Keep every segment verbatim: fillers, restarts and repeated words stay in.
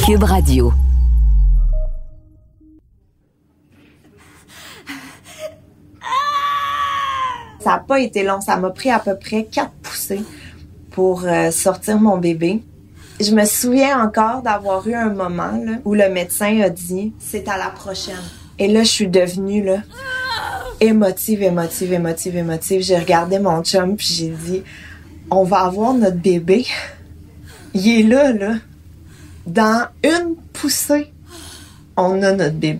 Cube Radio. Ça n'a pas été long, ça m'a pris à peu près quatre poussées pour euh, sortir mon bébé. Je me souviens encore d'avoir eu un moment là, où le médecin a dit « c'est à la prochaine ». Et là, je suis devenue là, émotive, émotive, émotive, émotive. J'ai regardé mon chum puis j'ai dit « on va avoir notre bébé. Il est là, là. Dans une poussée, on a notre bébé. »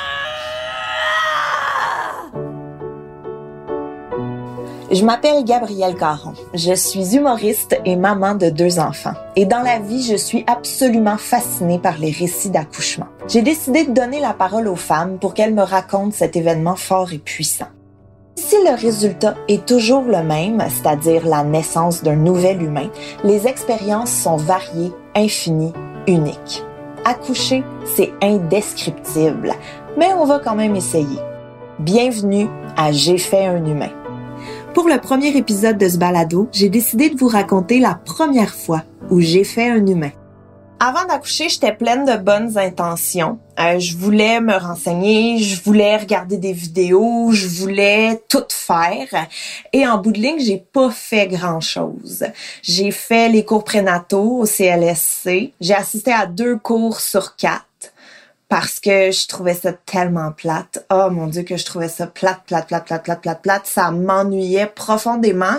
Je m'appelle Gabrielle Caron. Je suis humoriste et maman de deux enfants. Et dans la vie, je suis absolument fascinée par les récits d'accouchement. J'ai décidé de donner la parole aux femmes pour qu'elles me racontent cet événement fort et puissant. Si le résultat est toujours le même, c'est-à-dire la naissance d'un nouvel humain, les expériences sont variées, infinies, uniques. Accoucher, c'est indescriptible, mais on va quand même essayer. Bienvenue à J'ai fait un humain. Pour le premier épisode de ce balado, j'ai décidé de vous raconter la première fois où j'ai fait un humain. Avant d'accoucher, j'étais pleine de bonnes intentions. Euh, je voulais me renseigner, je voulais regarder des vidéos, je voulais tout faire. Et en bout de ligne, j'ai pas fait grand-chose. J'ai fait les cours prénataux au C L S C. J'ai assisté à deux cours sur quatre. Parce que je trouvais ça tellement plate. Oh mon Dieu que je trouvais ça plate, plate, plate, plate, plate, plate, plate. Ça m'ennuyait profondément.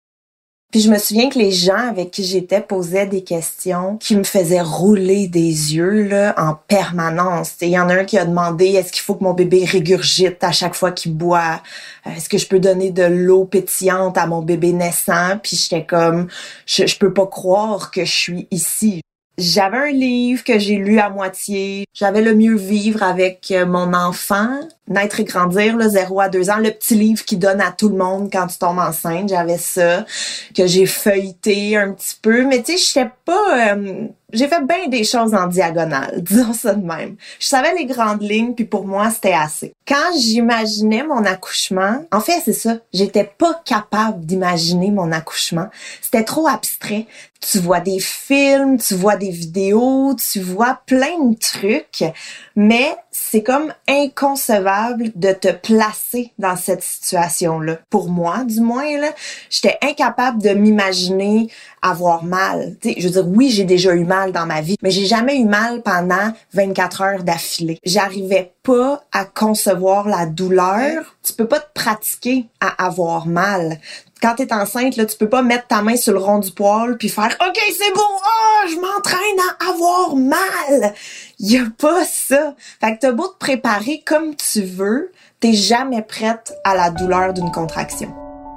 Puis je me souviens que les gens avec qui j'étais posaient des questions qui me faisaient rouler des yeux là en permanence. Il y en a un qui a demandé est-ce qu'il faut que mon bébé régurgite à chaque fois qu'il boit? Est-ce que je peux donner de l'eau pétillante à mon bébé naissant? Puis j'étais comme je, je peux pas croire que je suis ici. J'avais un livre que j'ai lu à moitié. J'avais le mieux vivre avec mon enfant. Naître et grandir, là, zéro à deux ans. Le petit livre qui donne à tout le monde quand tu tombes enceinte. J'avais ça, que j'ai feuilleté un petit peu. Mais tu sais, j'étais pas... Euh, j'ai fait bien des choses en diagonale, disons ça de même. Je savais les grandes lignes, puis pour moi, c'était assez. Quand j'imaginais mon accouchement, en fait, c'est ça, j'étais pas capable d'imaginer mon accouchement. C'était trop abstrait. Tu vois des films, tu vois des vidéos, tu vois plein de trucs, mais c'est comme inconcevable de te placer dans cette situation-là. Pour moi, du moins, là, j'étais incapable de m'imaginer avoir mal. Tu sais, je veux dire, oui, j'ai déjà eu mal dans ma vie, mais j'ai jamais eu mal pendant vingt-quatre heures d'affilée. J'arrivais pas à concevoir la douleur. Tu peux pas te pratiquer à avoir mal. Quand t'es enceinte, là, tu peux pas mettre ta main sur le rond du poil puis faire « OK, c'est bon, oh, je m'entraîne à avoir mal! » Y a pas ça. Fait que t'as beau te préparer comme tu veux, t'es jamais prête à la douleur d'une contraction.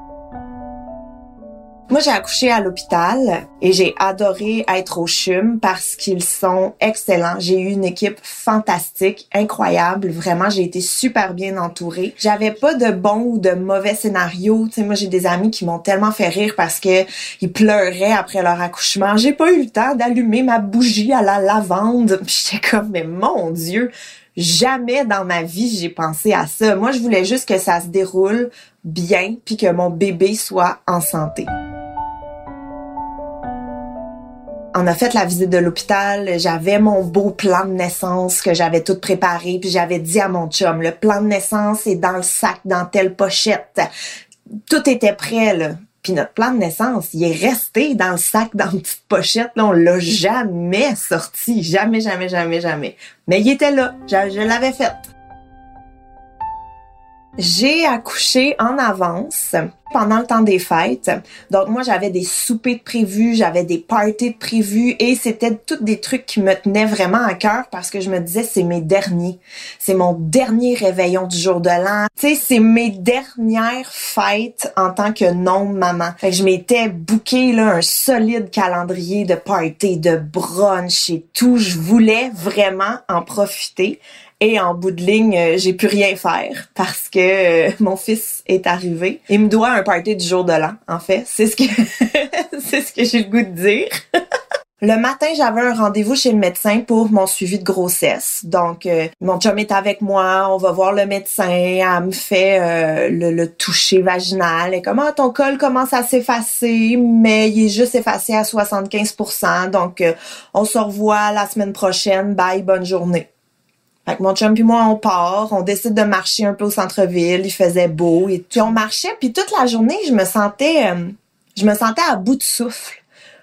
Moi, j'ai accouché à l'hôpital et j'ai adoré être au C H U M parce qu'ils sont excellents. J'ai eu une équipe fantastique, incroyable. Vraiment, j'ai été super bien entourée. J'avais pas de bon ou de mauvais scénario. Tu sais, moi, j'ai des amis qui m'ont tellement fait rire parce que ils pleuraient après leur accouchement. J'ai pas eu le temps d'allumer ma bougie à la lavande. Puis j'étais comme, mais mon Dieu, jamais dans ma vie j'ai pensé à ça. Moi, je voulais juste que ça se déroule bien puis que mon bébé soit en santé. On a fait la visite de l'hôpital, j'avais mon beau plan de naissance que j'avais tout préparé, puis j'avais dit à mon chum, le plan de naissance est dans le sac, dans telle pochette. Tout était prêt, là. Puis notre plan de naissance, il est resté dans le sac, dans une petite pochette, là. On l'a jamais sorti. Jamais, jamais, jamais, jamais. Mais il était là. Je, je l'avais fait. J'ai accouché en avance pendant le temps des fêtes. Donc moi, j'avais des soupers de prévus, j'avais des parties de prévus et c'était tous des trucs qui me tenaient vraiment à cœur parce que je me disais, c'est mes derniers. C'est mon dernier réveillon du jour de l'an. Tu sais, c'est mes dernières fêtes en tant que non-maman. Fait que je m'étais booké là un solide calendrier de parties, de brunch et tout. Je voulais vraiment en profiter. Et en bout de ligne, euh, j'ai pu rien faire parce que euh, mon fils est arrivé. Il me doit un party du jour de l'an, en fait. C'est ce que c'est ce que j'ai le goût de dire. Le matin, j'avais un rendez-vous chez le médecin pour mon suivi de grossesse. Donc, euh, mon chum est avec moi, on va voir le médecin, elle me fait euh, le, le toucher vaginal. Et comment ah, ton col commence à s'effacer, mais il est juste effacé à soixante-quinze pour cent. Donc, euh, on se revoit la semaine prochaine. Bye, bonne journée. Fait que mon chum puis moi, on part, on décide de marcher un peu au centre-ville, il faisait beau et puis on marchait, puis toute la journée, je me sentais, euh, je me sentais à bout de souffle.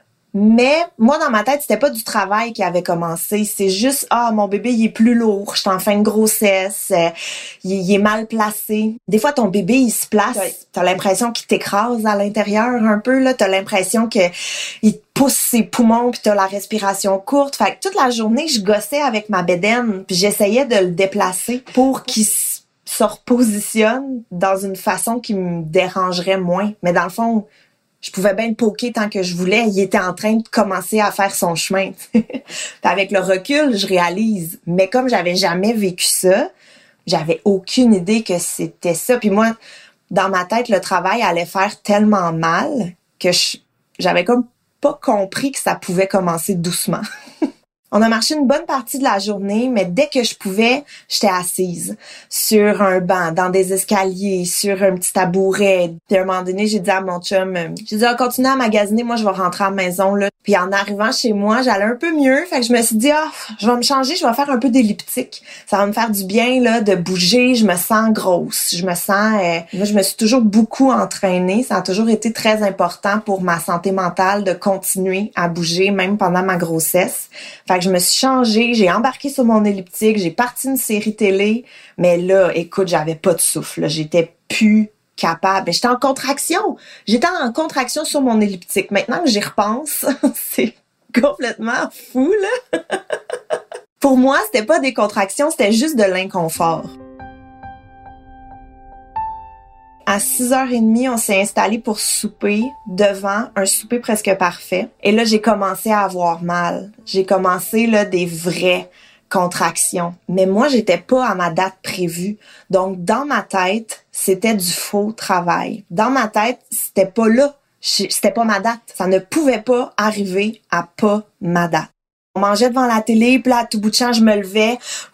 Mais moi, dans ma tête, c'était pas du travail qui avait commencé. C'est juste, ah, mon bébé, il est plus lourd. Je suis en fin de grossesse. Euh, il, il est mal placé. Des fois, ton bébé, il se place. T'as l'impression qu'il t'écrase à l'intérieur un peu, là. T'as l'impression que il te pousse ses poumons puis t'as la respiration courte. Fait que toute la journée, je gossais avec ma bédaine puis j'essayais de le déplacer pour qu'il se repositionne dans une façon qui me dérangerait moins. Mais dans le fond, je pouvais bien le poker tant que je voulais. Il était en train de commencer à faire son chemin. Avec le recul, je réalise. Mais comme j'avais jamais vécu ça, j'avais aucune idée que c'était ça. Puis moi, dans ma tête, le travail allait faire tellement mal que je, j'avais comme pas compris que ça pouvait commencer doucement. On a marché une bonne partie de la journée, mais dès que je pouvais, j'étais assise sur un banc, dans des escaliers, sur un petit tabouret. Puis à un moment donné, j'ai dit à mon chum, j'ai dit, ah, continue à magasiner, moi je vais rentrer à la maison, là. Puis en arrivant chez moi, j'allais un peu mieux. Fait que je me suis dit, ah, je vais me changer, je vais faire un peu d'elliptique. Ça va me faire du bien, là, de bouger. Je me sens grosse. Je me sens, euh... moi, je me suis toujours beaucoup entraînée. Ça a toujours été très important pour ma santé mentale de continuer à bouger, même pendant ma grossesse. Fait que je me suis changée, j'ai embarqué sur mon elliptique, j'ai parti une série télé. Mais là, écoute, j'avais pas de souffle, là. J'étais plus capable. Mais j'étais en contraction. J'étais en contraction sur mon elliptique. Maintenant que j'y repense, c'est complètement fou, là. Pour moi, c'était pas des contractions, c'était juste de l'inconfort. À six heures trente, on s'est installé pour souper devant un souper presque parfait. Et là, j'ai commencé à avoir mal. J'ai commencé là des vraies contractions. Mais moi, j'étais pas à ma date prévue. Donc, dans ma tête, c'était du faux travail. Dans ma tête, c'était pas là. C'était pas ma date. Ça ne pouvait pas arriver à pas ma date. On mangeait devant la télé, puis là, à tout bout de champ, je me levais.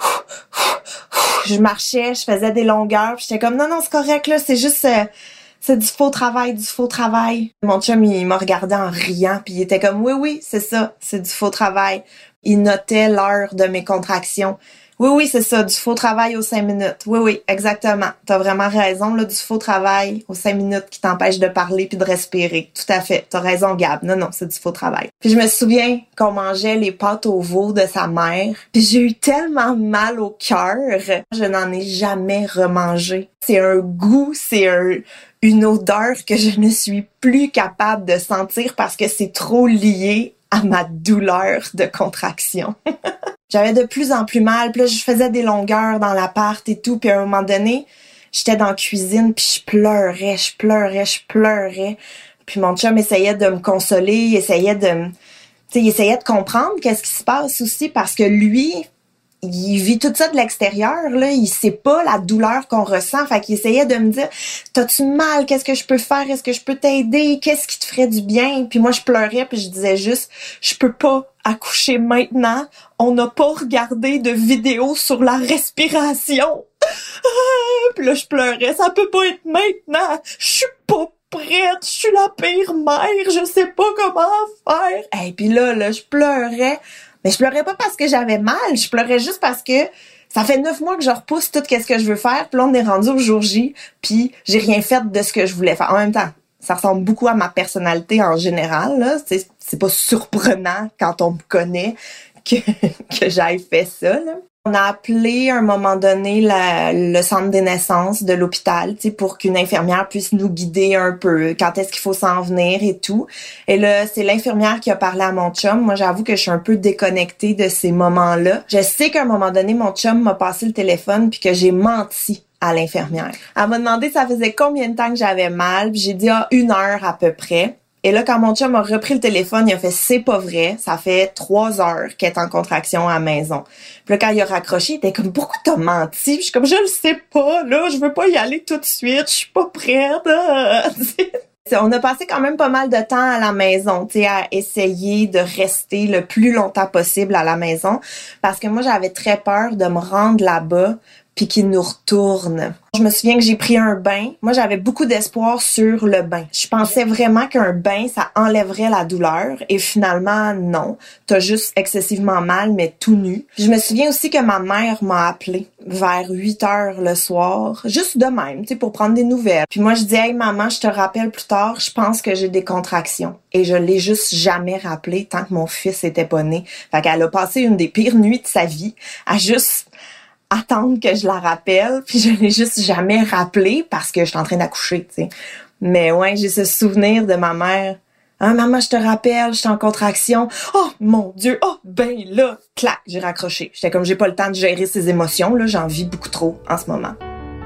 Je marchais, je faisais des longueurs, puis j'étais comme, non, non, c'est correct, là, c'est juste... Euh, c'est du faux travail, du faux travail. Mon chum, il m'a regardé en riant, puis il était comme, oui, oui, c'est ça, c'est du faux travail. Il notait l'heure de mes contractions. Oui, oui, c'est ça, du faux travail aux cinq minutes. Oui, oui, exactement. T'as vraiment raison, là, du faux travail aux cinq minutes qui t'empêche de parler puis de respirer. Tout à fait. T'as raison, Gab. Non, non, c'est du faux travail. Puis je me souviens qu'on mangeait les pâtes au veau de sa mère. Puis j'ai eu tellement mal au cœur. Je n'en ai jamais remangé. C'est un goût, c'est un, une odeur que je ne suis plus capable de sentir parce que c'est trop lié à ma douleur de contraction. J'avais de plus en plus mal, puis là, je faisais des longueurs dans l'appart et tout, puis à un moment donné, j'étais dans la cuisine, puis je pleurais, je pleurais, je pleurais. Puis mon chum essayait de me consoler, il essayait de me... Tu sais, il essayait de comprendre qu'est-ce qui se passe aussi, parce que lui, il vit tout ça de l'extérieur, là, il sait pas la douleur qu'on ressent, fait qu'il essayait de me dire « T'as-tu mal? Qu'est-ce que je peux faire? Est-ce que je peux t'aider? Qu'est-ce qui te ferait du bien? » Puis moi, je pleurais, puis je disais juste « Je peux pas accoucher maintenant. On n'a pas regardé de vidéo sur la respiration. » Puis là, je pleurais. « Ça peut pas être maintenant. Je suis pas prête. Je suis la pire mère. Je sais pas comment faire. » Et puis là, là, je pleurais. Mais je pleurais pas parce que j'avais mal, je pleurais juste parce que ça fait neuf mois que je repousse tout ce que je veux faire, puis là on est rendu au jour J, puis j'ai rien fait de ce que je voulais faire. En même temps, ça ressemble beaucoup à ma personnalité en général, là. C'est, c'est pas surprenant quand on me connaît que, que j'aille fait ça, là. On a appelé à un moment donné la, le centre des naissances de l'hôpital, tu sais, pour qu'une infirmière puisse nous guider un peu, quand est-ce qu'il faut s'en venir et tout. Et là, c'est l'infirmière qui a parlé à mon chum. Moi, j'avoue que je suis un peu déconnectée de ces moments-là. Je sais qu'à un moment donné, mon chum m'a passé le téléphone puis que j'ai menti à l'infirmière. Elle m'a demandé ça faisait combien de temps que j'avais mal, puis j'ai dit ah, une heure à peu près. Et là, quand mon chum a repris le téléphone, il a fait « C'est pas vrai, ça fait trois heures qu'elle est en contraction à la maison. » Puis là, quand il a raccroché, il était comme « Pourquoi t'as menti? » Puis je suis comme « Je le sais pas, là, je veux pas y aller tout de suite, je suis pas prête. » On a passé quand même pas mal de temps à la maison, tu sais, à essayer de rester le plus longtemps possible à la maison parce que moi, j'avais très peur de me rendre là-bas puis qu'il nous retourne. Je me souviens que j'ai pris un bain. Moi, j'avais beaucoup d'espoir sur le bain. Je pensais vraiment qu'un bain, ça enlèverait la douleur et finalement, non. T'as juste excessivement mal, mais tout nu. Je me souviens aussi que ma mère m'a appelée vers huit heures le soir, juste de même, tu sais, pour prendre des nouvelles. Puis moi, je dis, hey maman, je te rappelle plus tard, je pense que j'ai des contractions. Et je l'ai juste jamais rappelé tant que mon fils était pas né. Fait qu'elle a passé une des pires nuits de sa vie à juste attendre que je la rappelle, puis je l'ai juste jamais rappelé parce que j'étais en train d'accoucher, tu sais. Mais ouais, j'ai ce souvenir de ma mère. Hein, maman, je te rappelle, j'étais en contraction. Oh, mon Dieu, oh, ben là, clac, j'ai raccroché. J'étais comme, j'ai pas le temps de gérer ces émotions, là, j'en vis beaucoup trop en ce moment.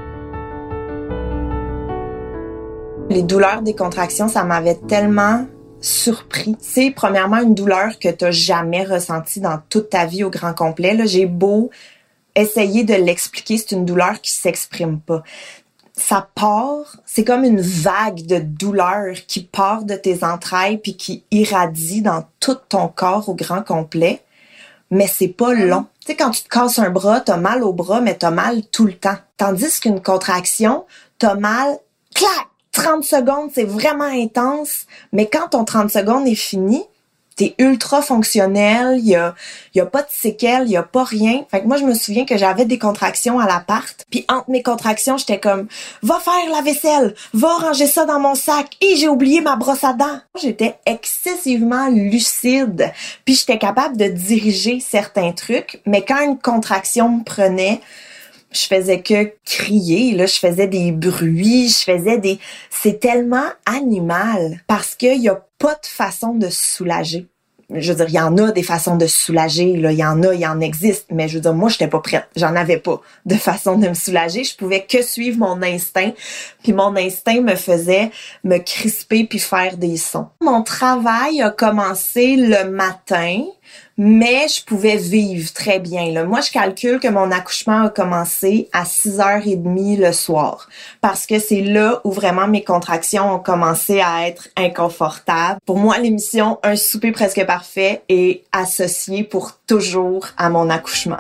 Les douleurs des contractions, ça m'avait tellement surpris. C'est premièrement une douleur que t'as jamais ressentie dans toute ta vie au grand complet, là. J'ai beau essayer de l'expliquer, c'est une douleur qui s'exprime pas. Ça part, c'est comme une vague de douleur qui part de tes entrailles puis qui irradie dans tout ton corps au grand complet, mais c'est pas long. Tu sais, quand tu te casses un bras, t'as mal au bras, mais t'as mal tout le temps. Tandis qu'une contraction, t'as mal, clac, trente secondes, c'est vraiment intense, mais quand ton trente secondes est fini, t'es ultra fonctionnel, il y a, y a pas de séquelles, il y a pas rien. Fait que moi, je me souviens que j'avais des contractions à l'appart. Puis entre mes contractions, j'étais comme, va faire la vaisselle, va ranger ça dans mon sac. Et j'ai oublié ma brosse à dents. J'étais excessivement lucide. Puis j'étais capable de diriger certains trucs. Mais quand une contraction me prenait, je faisais que crier, là, je faisais des bruits, je faisais des... C'est tellement animal parce qu'il y a pas de façon de se soulager. Je veux dire, il y en a des façons de se soulager, là, il y en a, il y en existe, mais je veux dire, moi, j'étais pas prête. J'en avais pas de façon de me soulager. Je pouvais que suivre mon instinct, puis mon instinct me faisait me crisper puis faire des sons. Mon travail a commencé le matin, mais je pouvais vivre très bien, là. Moi, je calcule que mon accouchement a commencé à six heures trente le soir. Parce que c'est là où vraiment mes contractions ont commencé à être inconfortables. Pour moi, l'émission Un souper presque parfait est associée pour toujours à mon accouchement.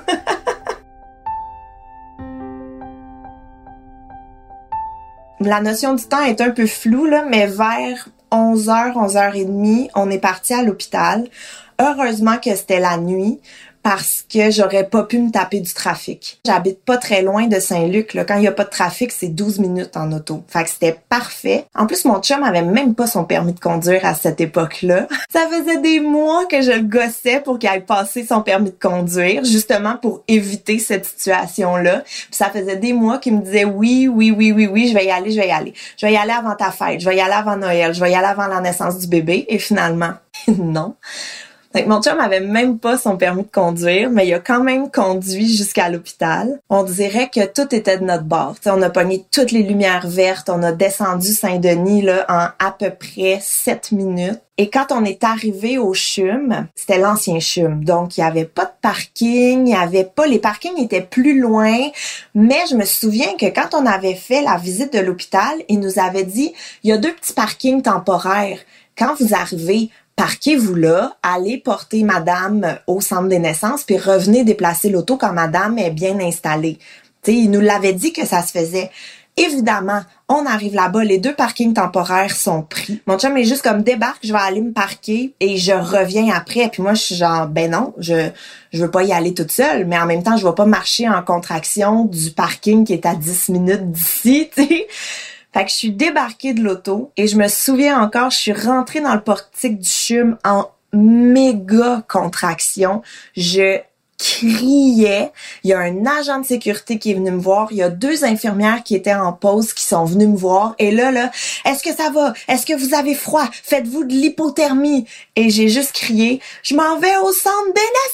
La notion du temps est un peu floue, là, mais vers onze heures, onze heures trente, on est parti à l'hôpital. Heureusement que c'était la nuit parce que j'aurais pas pu me taper du trafic. J'habite pas très loin de Saint-Luc, là. Quand il y a pas de trafic, c'est douze minutes en auto. Fait que c'était parfait. En plus, mon chum avait même pas son permis de conduire à cette époque-là. Ça faisait des mois que je le gossais pour qu'il aille passer son permis de conduire, justement pour éviter cette situation-là. Puis ça faisait des mois qu'il me disait oui, oui, oui, oui, oui, je vais y aller, je vais y aller. Je vais y aller avant ta fête, je vais y aller avant Noël, je vais y aller avant la naissance du bébé. Et finalement, non. Fait que mon chum avait même pas son permis de conduire, mais il a quand même conduit jusqu'à l'hôpital. On dirait que tout était de notre bord. T'sais, on a pogné toutes les lumières vertes, on a descendu Saint-Denis là en à peu près sept minutes. Et quand on est arrivé au C H U M, c'était l'ancien C H U M, donc il y avait pas de parking, il y avait pas, les parkings étaient plus loin, mais je me souviens que quand on avait fait la visite de l'hôpital, il nous avait dit, il y a deux petits parkings temporaires. Quand vous arrivez, parquez-vous là, allez porter madame au centre des naissances, puis revenez déplacer l'auto quand madame est bien installée. Tu sais, il nous l'avait dit que ça se faisait. Évidemment, on arrive là-bas, les deux parkings temporaires sont pris. Mon chum est juste comme, débarque, je vais aller me parquer et je reviens après. Puis moi, je suis genre, ben non, je je veux pas y aller toute seule, mais en même temps, je vais pas marcher en contraction du parking qui est à dix minutes d'ici, tu sais. Fait que je suis débarquée de l'auto et je me souviens encore, je suis rentrée dans le portique du C H U M en méga contraction. Je criais. Il y a un agent de sécurité qui est venu me voir. Il y a deux infirmières qui étaient en pause qui sont venues me voir. Et là, là, est-ce que ça va? Est-ce que vous avez froid? Faites-vous de l'hypothermie? Et j'ai juste crié, je m'en vais au centre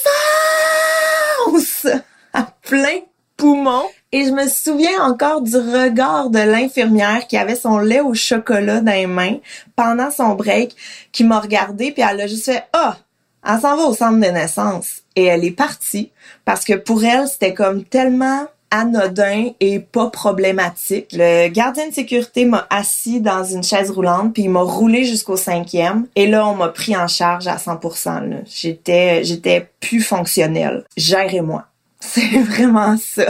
des naissances! À plein poumon. Et je me souviens encore du regard de l'infirmière qui avait son lait au chocolat dans les mains pendant son break, qui m'a regardée puis elle a juste fait « Ah! Elle s'en va au centre de naissance. » Et elle est partie parce que pour elle, c'était comme tellement anodin et pas problématique. Le gardien de sécurité m'a assis dans une chaise roulante puis il m'a roulé jusqu'au cinquième. Et là, on m'a pris en charge à cent pour cent. Là. J'étais, j'étais plus fonctionnelle. Gérez-moi. C'est vraiment ça.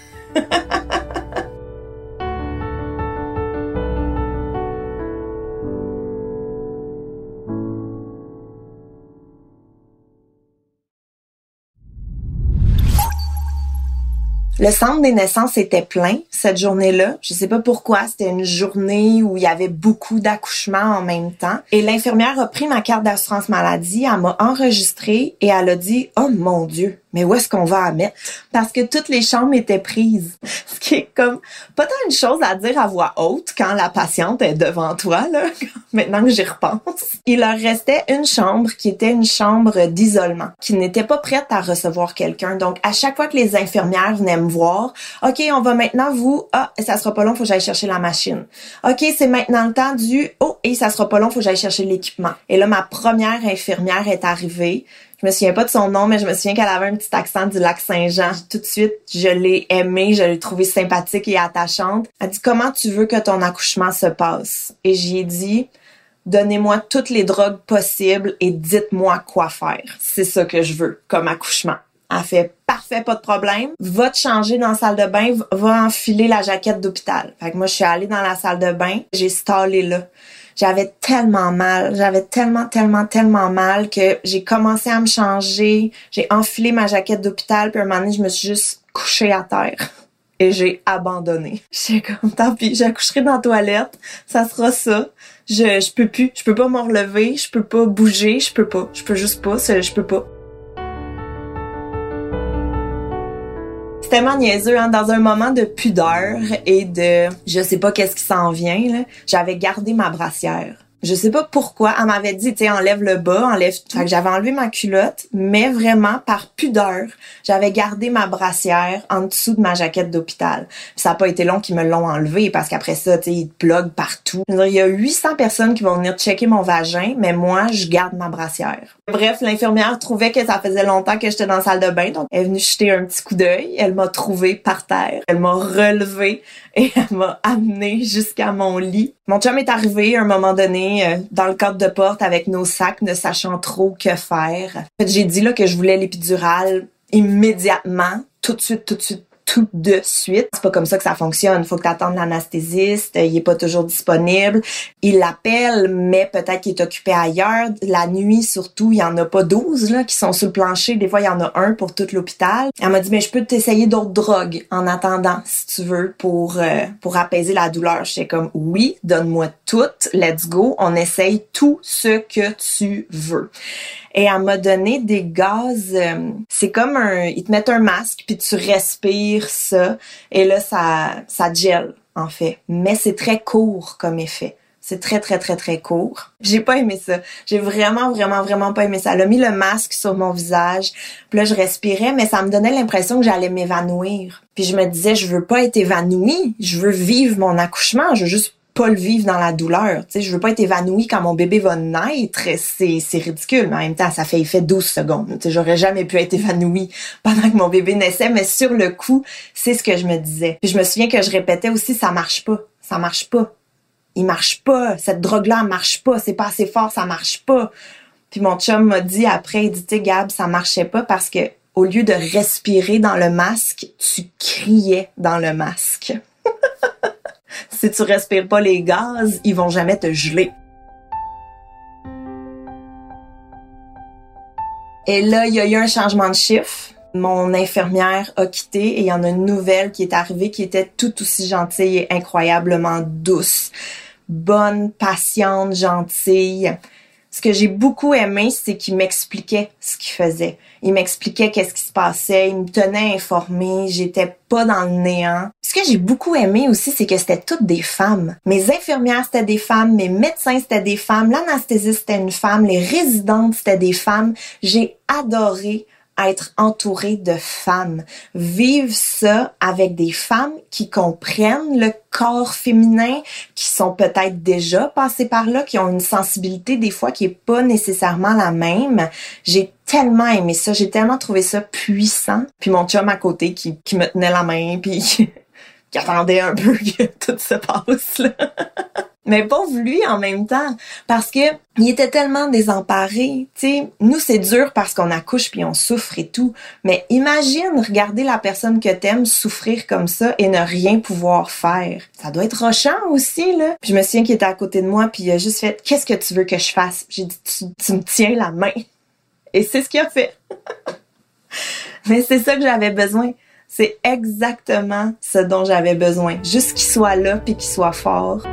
Le centre des naissances était plein cette journée-là. Je sais pas pourquoi, c'était une journée où il y avait beaucoup d'accouchements en même temps. Et l'infirmière a pris ma carte d'assurance maladie, elle m'a enregistrée et elle a dit « Oh mon Dieu, mais où est-ce qu'on va la mettre? » Parce que toutes les chambres étaient prises. Ce qui est comme pas tant une chose à dire à voix haute quand la patiente est devant toi, là, maintenant que j'y repense. Il leur restait une chambre qui était une chambre d'isolement, qui n'était pas prête à recevoir quelqu'un. Donc, à chaque fois que les infirmières venaient me voir, « OK, on va maintenant vous... Ah, ça sera pas long, faut que j'aille chercher la machine. OK, c'est maintenant le temps du... Oh, et ça sera pas long, faut que j'aille chercher l'équipement. » Et là, ma première infirmière est arrivée. Je me souviens pas de son nom, mais je me souviens qu'elle avait un petit accent du Lac-Saint-Jean. Tout de suite, je l'ai aimée, je l'ai trouvée sympathique et attachante. Elle dit « Comment tu veux que ton accouchement se passe? » Et j'y ai dit « Donnez-moi toutes les drogues possibles et dites-moi quoi faire. C'est ça que je veux comme accouchement. » Elle fait « Parfait, pas de problème. Va te changer dans la salle de bain, va enfiler la jaquette d'hôpital. » Fait que moi, je suis allée dans la salle de bain, j'ai stallé là. J'avais tellement mal, j'avais tellement, tellement, tellement mal que j'ai commencé à me changer, j'ai enfilé ma jaquette d'hôpital, puis un moment donné, je me suis juste couchée à terre. Et j'ai abandonné. J'étais comme, tant pis, j'accoucherai dans la toilette, ça sera ça. Je, je peux plus, je peux pas me relever, je peux pas bouger, je peux pas. Je peux juste pas, je peux pas. C'est tellement niaiseux, hein, dans un moment de pudeur et de je sais pas qu'est-ce qui s'en vient, là, j'avais gardé ma brassière. Je sais pas pourquoi, elle m'avait dit, tu sais, enlève le bas, enlève... Fait que j'avais enlevé ma culotte, mais vraiment, par pudeur, j'avais gardé ma brassière en dessous de ma jaquette d'hôpital. Puis ça a pas été long qu'ils me l'ont enlevée, parce qu'après ça, tu sais, ils te pluguent partout. Je veux dire, il y a huit cents personnes qui vont venir checker mon vagin, mais moi, je garde ma brassière. Bref, l'infirmière trouvait que ça faisait longtemps que j'étais dans la salle de bain, donc elle est venue jeter un petit coup d'œil. Elle m'a trouvée par terre. Elle m'a relevée et elle m'a amenée jusqu'à mon lit. Mon chum est arrivé à un moment donné euh, dans le cadre de porte avec nos sacs, ne sachant trop que faire. En fait, j'ai dit là que je voulais l'épidurale immédiatement, tout de suite, tout de suite, tout de suite. C'est pas comme ça que ça fonctionne. Faut que t'attendes l'anesthésiste. Il est pas toujours disponible. Il l'appelle, mais peut-être qu'il est occupé ailleurs. La nuit, surtout, il y en a pas douze là qui sont sur le plancher. Des fois, il y en a un pour tout l'hôpital. Elle m'a dit, mais je peux t'essayer d'autres drogues en attendant, si tu veux, pour euh, pour apaiser la douleur. J'étais comme, oui, donne-moi toutes. Let's go. On essaye tout ce que tu veux. Et elle m'a donné des gaz, euh, c'est comme un, ils te mettent un masque puis tu respires ça et là ça ça gèle en fait, mais c'est très court comme effet. C'est très très très très court. J'ai pas aimé ça. J'ai vraiment vraiment vraiment pas aimé ça. Elle a mis le masque sur mon visage. Puis là je respirais mais ça me donnait l'impression que j'allais m'évanouir. Puis je me disais je veux pas être évanouie, je veux vivre mon accouchement, je veux juste pas le vivre dans la douleur. Tu sais, je veux pas être évanouie quand mon bébé va naître. C'est, c'est ridicule, mais en même temps, ça fait effet douze secondes. Tu sais, j'aurais jamais pu être évanouie pendant que mon bébé naissait, mais sur le coup, c'est ce que je me disais. Puis je me souviens que je répétais aussi, ça marche pas. Ça marche pas. Il marche pas. Cette drogue-là, elle marche pas. C'est pas assez fort, ça marche pas. Puis mon chum m'a dit après, il dit, tu sais, Gab, ça marchait pas parce que au lieu de respirer dans le masque, tu criais dans le masque. Si tu respires pas les gaz, ils vont jamais te geler. Et là, il y a eu un changement de chiffre. Mon infirmière a quitté et il y en a une nouvelle qui est arrivée qui était tout aussi gentille et incroyablement douce. Bonne, patiente, gentille. Ce que j'ai beaucoup aimé, c'est qu'il m'expliquait ce qu'il faisait. Il m'expliquait qu'est-ce qui se passait, il me tenait informée, j'étais pas dans le néant. Ce que j'ai beaucoup aimé aussi, c'est que c'était toutes des femmes. Mes infirmières, c'était des femmes, mes médecins, c'était des femmes, l'anesthésiste, c'était une femme, les résidentes, c'était des femmes. J'ai adoré être entourée de femmes. Vivre ça avec des femmes qui comprennent le corps féminin, qui sont peut-être déjà passées par là, qui ont une sensibilité des fois qui est pas nécessairement la même. J'ai tellement aimé ça, j'ai tellement trouvé ça puissant. Puis mon chum à côté qui, qui me tenait la main, puis qui attendait un peu que tout se passe, là. Mais pauvre lui en même temps, parce que il était tellement désemparé. Tu sais, nous c'est dur parce qu'on accouche puis on souffre et tout. Mais imagine regarder la personne que t'aimes souffrir comme ça et ne rien pouvoir faire. Ça doit être rochant aussi, là. Puis je me souviens qu'il était à côté de moi puis il a juste fait « Qu'est-ce que tu veux que je fasse? » J'ai dit tu, « Tu me tiens la main. » Et c'est ce qu'il a fait. Mais c'est ça que j'avais besoin. C'est exactement ce dont j'avais besoin. Juste qu'il soit là puis qu'il soit fort.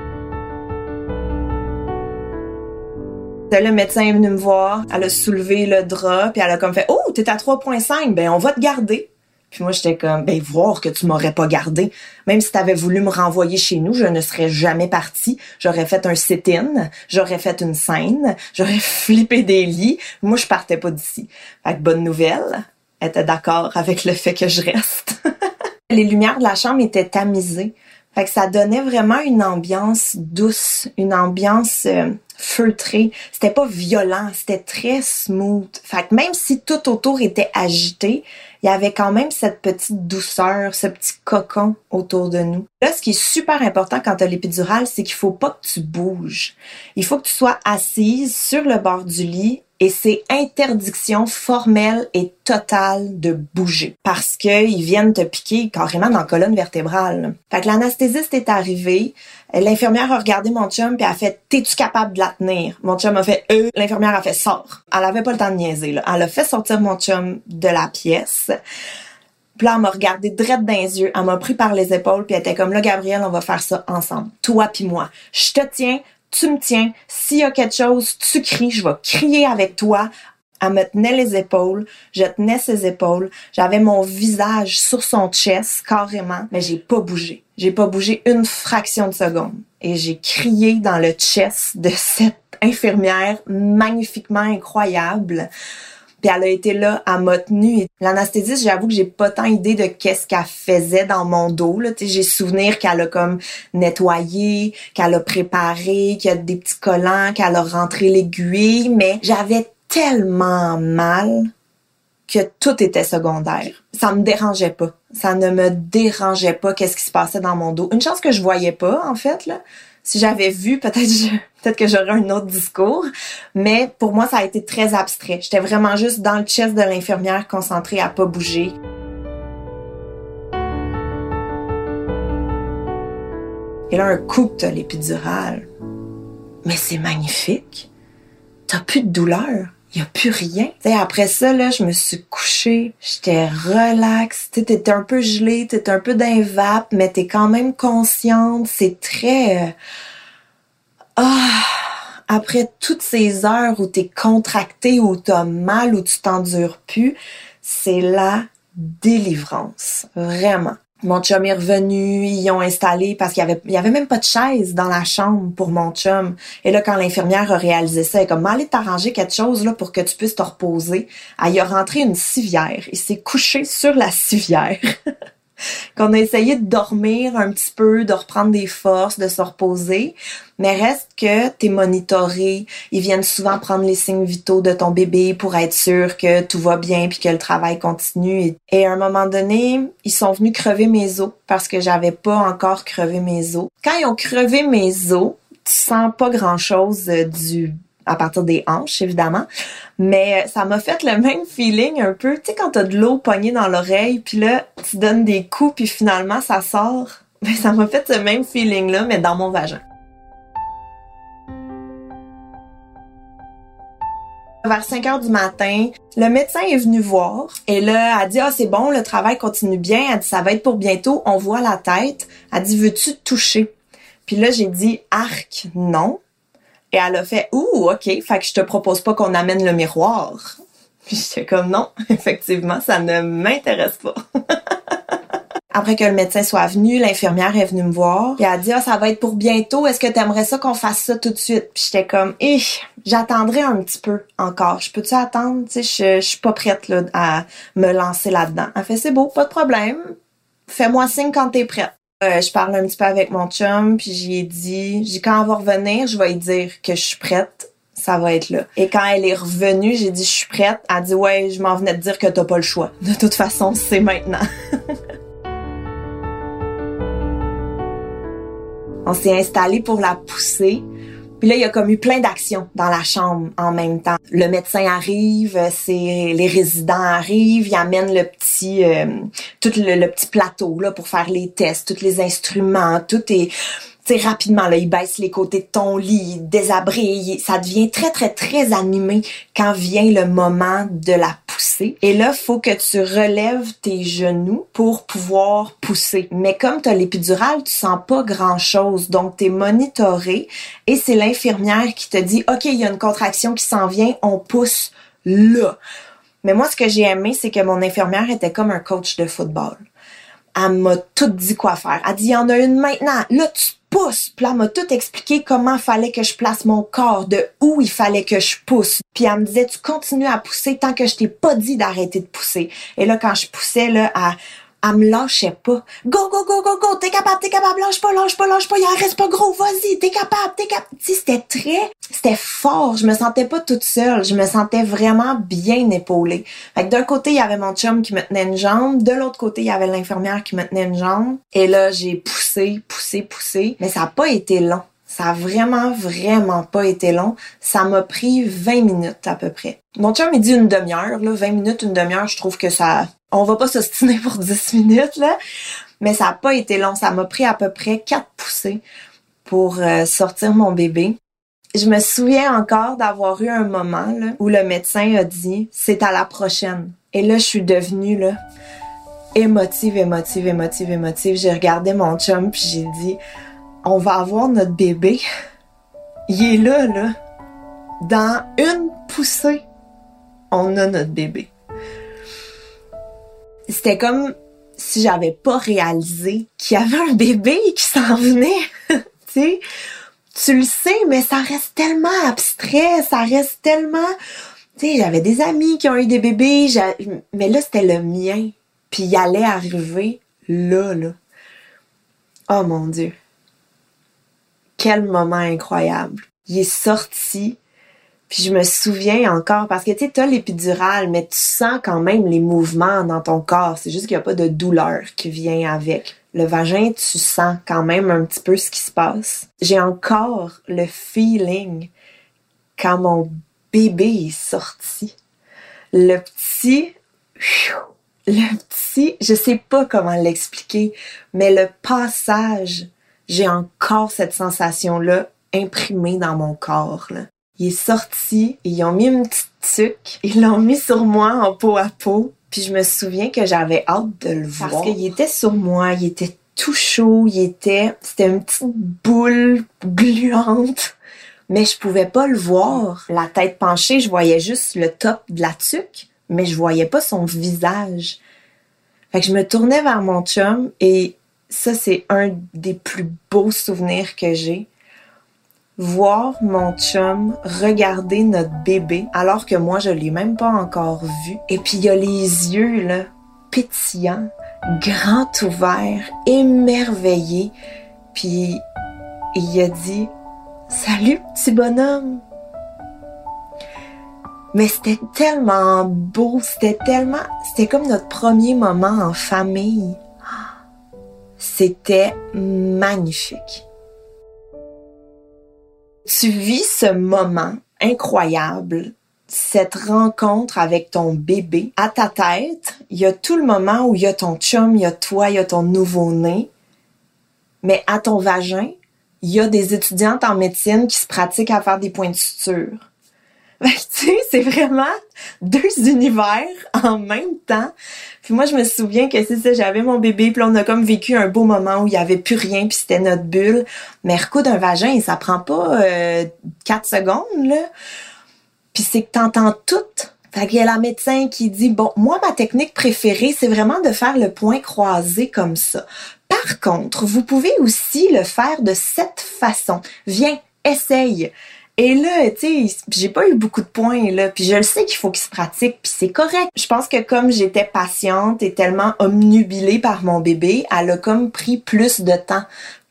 Le médecin est venu me voir, elle a soulevé le drap, puis elle a comme fait « Oh, t'es à trois virgule cinq, ben on va te garder. » Puis moi, j'étais comme « Ben, voir que tu m'aurais pas gardé. Même si t'avais voulu me renvoyer chez nous, je ne serais jamais partie. J'aurais fait un sit-in, j'aurais fait une scène, j'aurais flippé des lits. Moi, je partais pas d'ici. » Fait que bonne nouvelle, elle était d'accord avec le fait que je reste. Les lumières de la chambre étaient tamisées. Fait que ça donnait vraiment une ambiance douce, une ambiance euh, feutrée. C'était pas violent, c'était très smooth. Fait que même si tout autour était agité, il y avait quand même cette petite douceur, ce petit cocon autour de nous. Là, ce qui est super important quand tu as l'épidurale, c'est qu'il faut pas que tu bouges. Il faut que tu sois assise sur le bord du lit et c'est interdiction formelle et totale de bouger parce qu'ils viennent te piquer carrément dans la colonne vertébrale. Fait que l'anesthésiste est arrivée, l'infirmière a regardé mon chum puis elle a fait « T'es-tu capable de la tenir? » Mon chum a fait euh. L'infirmière a fait « Sors ». Elle avait pas le temps de niaiser, là. Elle a fait sortir mon chum de la pièce. Puis là, elle m'a regardé drette dans les yeux, elle m'a pris par les épaules puis elle était comme « Là, Gabrielle, on va faire ça ensemble, toi puis moi. Je te tiens, tu me tiens, s'il y a quelque chose, tu cries, je vais crier avec toi. » Elle me tenait les épaules, je tenais ses épaules, j'avais mon visage sur son chest, carrément, mais j'ai pas bougé. J'ai pas bougé une fraction de seconde. Et j'ai crié dans le chest de cette infirmière magnifiquement incroyable. Puis elle a été là, elle m'a tenue. L'anesthésiste, j'avoue que j'ai pas tant idée de qu'est-ce qu'elle faisait dans mon dos, là. Tu sais, j'ai souvenir qu'elle a comme nettoyé, qu'elle a préparé, qu'il y a des petits collants, qu'elle a rentré l'aiguille, mais j'avais tellement mal que tout était secondaire. Ça me dérangeait pas. Ça ne me dérangeait pas qu'est-ce qui se passait dans mon dos. Une chance que je voyais pas, en fait, là. Si j'avais vu, peut-être je, peut-être que j'aurais un autre discours. Mais pour moi, ça a été très abstrait. J'étais vraiment juste dans le chest de l'infirmière, concentrée à pas bouger. Et là, un coup que t'as l'épidurale. Mais c'est magnifique. T'as plus de douleur. Il y a plus rien. T'sais, après ça, là, je me suis couchée. J'étais relax. T'étais un peu gelée, t'étais un peu d'un vape, mais t'es quand même consciente. C'est très... Euh... Ah! Après toutes ces heures où t'es contractée, où t'as mal, où tu t'endures plus, c'est la délivrance. Vraiment. Mon chum est revenu, ils ont installé, parce qu'il y avait, il y avait même pas de chaise dans la chambre pour mon chum. Et là, quand l'infirmière a réalisé ça, elle est comme, allez t'arranger quelque chose, là, pour que tu puisses te reposer. Elle y a rentré une civière. Il s'est couché sur la civière. Qu'on a essayé de dormir un petit peu, de reprendre des forces, de se reposer. Mais reste que t'es monitoré. Ils viennent souvent prendre les signes vitaux de ton bébé pour être sûr que tout va bien puis que le travail continue. Et à un moment donné, ils sont venus crever mes os parce que j'avais pas encore crevé mes os. Quand ils ont crevé mes os, tu sens pas grand-chose du... à partir des hanches, évidemment. Mais ça m'a fait le même feeling un peu. Tu sais, quand t'as de l'eau pognée dans l'oreille, puis là, tu donnes des coups, puis finalement, ça sort. Ben, ça m'a fait ce même feeling-là, mais dans mon vagin. Vers cinq heures du matin, le médecin est venu voir. Et là, elle dit « Ah, c'est bon, le travail continue bien. » Elle dit « Ça va être pour bientôt. On voit la tête. » Elle dit « Veux-tu te toucher? » Puis là, j'ai dit « Arc, non. » Et elle a fait « Ouh, OK, fait que je te propose pas qu'on amène le miroir. » Puis j'étais comme « Non, effectivement, ça ne m'intéresse pas. » Après que le médecin soit venu, l'infirmière est venue me voir. Puis elle a dit « Ah, ça va être pour bientôt. Est-ce que t'aimerais ça qu'on fasse ça tout de suite? » Puis j'étais comme « Eh, j'attendrai un petit peu encore. Je peux-tu attendre? Tu sais, je, je suis pas prête là, à me lancer là-dedans. » Elle fait « C'est beau, pas de problème. Fais-moi signe quand t'es prête. » Euh, je parle un petit peu avec mon chum, puis j'y ai dit, j'ai quand elle va revenir, je vais lui dire que je suis prête, ça va être là. Et quand elle est revenue, j'ai dit, je suis prête. Elle a dit, ouais, je m'en venais de dire que t'as pas le choix. De toute façon, c'est maintenant. On s'est installé pour la pousser. Puis là, il y a comme eu plein d'actions dans la chambre en même temps. Le médecin arrive, c'est les résidents arrivent, ils amènent le petit, euh, tout le, le petit plateau là pour faire les tests, tous les instruments, tout est, tu sais, rapidement là, ils baissent les côtés de ton lit, ils désabrillent, ça devient très très très animé quand vient le moment de la poussée. Et là, faut que tu relèves tes genoux pour pouvoir pousser. Mais comme tu as l'épidurale, tu sens pas grand-chose, donc tu es monitoré et c'est l'infirmière qui te dit OK, il y a une contraction qui s'en vient, on pousse là. Mais moi ce que j'ai aimé, c'est que mon infirmière était comme un coach de football. Elle m'a tout dit quoi faire. Elle dit, il y en a une maintenant. Là, tu pousses. Puis là, elle m'a tout expliqué comment fallait que je place mon corps, de où il fallait que je pousse. Puis elle me disait, tu continues à pousser tant que je t'ai pas dit d'arrêter de pousser. Et là, quand je poussais, là, elle, elle me lâchait pas. Go, go, go, go, go, t'es capable, t'es capable, lâche pas, lâche pas, lâche pas, il en reste pas gros, vas-y, t'es capable, t'es capable. Tu sais, c'était très, c'était fort. Je me sentais pas toute seule. Je me sentais vraiment bien épaulée. Fait que d'un côté, il y avait mon chum qui me tenait une jambe. De l'autre côté, il y avait l'infirmière qui me tenait une jambe. Et là, j'ai poussé, poussé, poussé. Mais ça a pas été long. Ça a vraiment, vraiment pas été long. Ça m'a pris vingt minutes à peu près. Mon chum, il dit une demi-heure, là. vingt minutes, une demi-heure, je trouve que ça... On va pas s'ostiner pour dix minutes, là. Mais ça a pas été long. Ça m'a pris à peu près quatre poussées pour euh, sortir mon bébé. Je me souviens encore d'avoir eu un moment, là, où le médecin a dit « C'est à la prochaine ». Et là, je suis devenue, là, émotive, émotive, émotive, émotive. J'ai regardé mon chum puis j'ai dit « On va avoir notre bébé. Il est là, là. Dans une poussée, on a notre bébé. » C'était comme si j'avais pas réalisé qu'il y avait un bébé qui s'en venait. Tu sais, tu le sais, mais ça reste tellement abstrait, ça reste tellement... Tu sais, j'avais des amis qui ont eu des bébés, mais là, c'était le mien. Puis il allait arriver là, là. Oh mon Dieu. Quel moment incroyable. Il est sorti. Puis je me souviens encore, parce que tu sais, t'as l'épidurale, mais tu sens quand même les mouvements dans ton corps. C'est juste qu'il n'y a pas de douleur qui vient avec. Le vagin, tu sens quand même un petit peu ce qui se passe. J'ai encore le feeling quand mon bébé est sorti. Le petit... Le petit... Je sais pas comment l'expliquer, mais le passage, j'ai encore cette sensation-là imprimée dans mon corps, là. Il est sorti, ils ont mis une petite tuque, ils l'ont mis sur moi en peau à peau, puis je me souviens que j'avais hâte de le voir. Parce qu'il était sur moi, il était tout chaud, il était... C'était une petite boule gluante, mais je pouvais pas le voir. La tête penchée, je voyais juste le top de la tuque, mais je voyais pas son visage. Fait que je me tournais vers mon chum, et ça, c'est un des plus beaux souvenirs que j'ai. Voir mon chum regarder notre bébé alors que moi je l'ai même pas encore vu. Et puis il y a les yeux là pétillants, grands ouverts, émerveillés. Puis il a dit "Salut petit bonhomme." Mais c'était tellement beau, c'était tellement, c'était comme notre premier moment en famille. C'était magnifique. Tu vis ce moment incroyable, cette rencontre avec ton bébé. À ta tête, il y a tout le moment où il y a ton chum, il y a toi, il y a ton nouveau-né. Mais à ton vagin, il y a des étudiantes en médecine qui se pratiquent à faire des points de suture. Tu sais, c'est vraiment deux univers en même temps. Puis moi, je me souviens que c'est ça, j'avais mon bébé, puis là, on a comme vécu un beau moment où il y avait plus rien, puis c'était notre bulle. Mais recoudre un vagin, ça prend pas euh, quatre secondes, là. Puis c'est que t'entends tout. Fait qu'il y a la médecin qui dit, bon, moi, ma technique préférée, c'est vraiment de faire le point croisé comme ça. Par contre, vous pouvez aussi le faire de cette façon. Viens, essaye. Et là, tu sais, j'ai pas eu beaucoup de points, là, puis je le sais qu'il faut qu'il se pratique, puis c'est correct. Je pense que comme j'étais patiente et tellement omnubilée par mon bébé, elle a comme pris plus de temps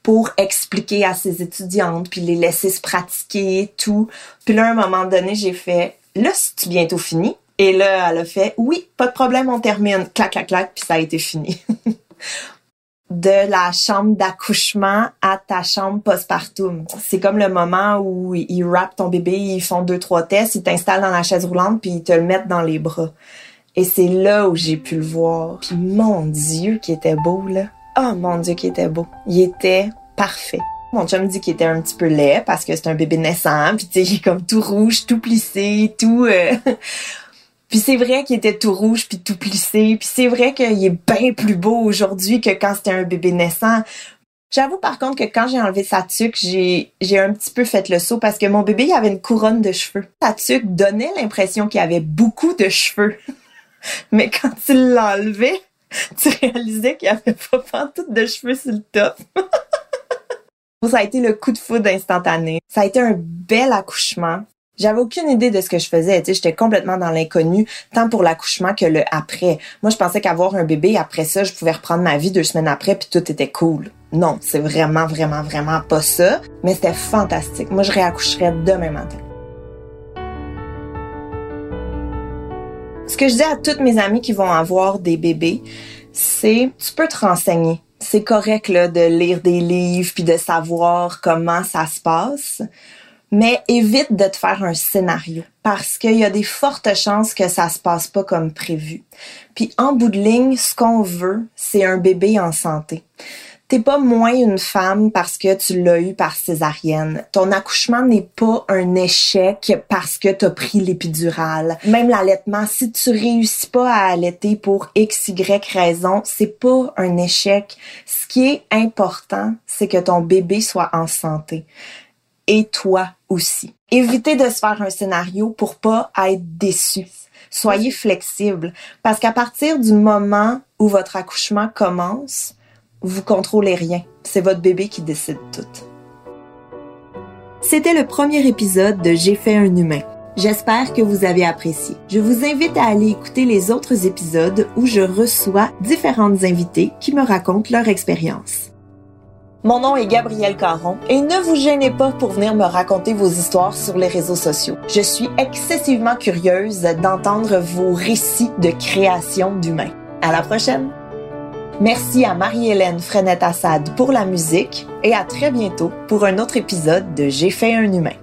pour expliquer à ses étudiantes, puis les laisser se pratiquer, tout. Puis là, à un moment donné, j'ai fait « Là, c'est bientôt fini? » Et là, elle a fait « Oui, pas de problème, on termine. » Clac, clac, clac, puis ça a été fini. De la chambre d'accouchement à ta chambre postpartum. C'est comme le moment où ils wrappent ton bébé, ils font deux, trois tests, ils t'installent dans la chaise roulante, puis ils te le mettent dans les bras. Et c'est là où j'ai pu le voir. Puis mon Dieu, qu'il était beau, là. Oh mon Dieu, qu'il était beau. Il était parfait. Mon chum dit qu'il était un petit peu laid parce que c'est un bébé naissant, puis tu sais, il est comme tout rouge, tout plissé, tout... Euh... Puis c'est vrai qu'il était tout rouge puis tout plissé. Puis c'est vrai qu'il est bien plus beau aujourd'hui que quand c'était un bébé naissant. J'avoue par contre que quand j'ai enlevé sa tuque, j'ai j'ai un petit peu fait le saut parce que mon bébé, il avait une couronne de cheveux. Sa tuque donnait l'impression qu'il avait beaucoup de cheveux. Mais quand tu l'enlevais, tu réalisais qu'il avait pas pantoute de cheveux sur le top. Ça a été le coup de foudre instantané. Ça a été un bel accouchement. J'avais aucune idée de ce que je faisais, tu sais, j'étais complètement dans l'inconnu, tant pour l'accouchement que le après. Moi, je pensais qu'avoir un bébé, après ça, je pouvais reprendre ma vie deux semaines après, puis tout était cool. Non, c'est vraiment, vraiment, vraiment pas ça, mais c'était fantastique. Moi, je réaccoucherais demain matin. Ce que je dis à toutes mes amies qui vont avoir des bébés, c'est tu peux te renseigner. C'est correct là, de lire des livres puis de savoir comment ça se passe. Mais évite de te faire un scénario parce qu'il y a des fortes chances que ça se passe pas comme prévu. Puis en bout de ligne, ce qu'on veut, c'est un bébé en santé. T'es pas moins une femme parce que tu l'as eu par césarienne. Ton accouchement n'est pas un échec parce que t'as pris l'épidurale. Même l'allaitement, si tu réussis pas à allaiter pour X, Y raison, c'est pas un échec. Ce qui est important, c'est que ton bébé soit en santé. Et toi aussi. Évitez de se faire un scénario pour pas être déçu. Soyez flexible. Parce qu'à partir du moment où votre accouchement commence, vous contrôlez rien. C'est votre bébé qui décide tout. C'était le premier épisode de J'ai fait un humain. J'espère que vous avez apprécié. Je vous invite à aller écouter les autres épisodes où je reçois différentes invitées qui me racontent leur expérience. Mon nom est Gabrielle Caron et ne vous gênez pas pour venir me raconter vos histoires sur les réseaux sociaux. Je suis excessivement curieuse d'entendre vos récits de création d'humains. À la prochaine! Merci à Marie-Hélène Frenette-Assad pour la musique et à très bientôt pour un autre épisode de J'ai fait un humain.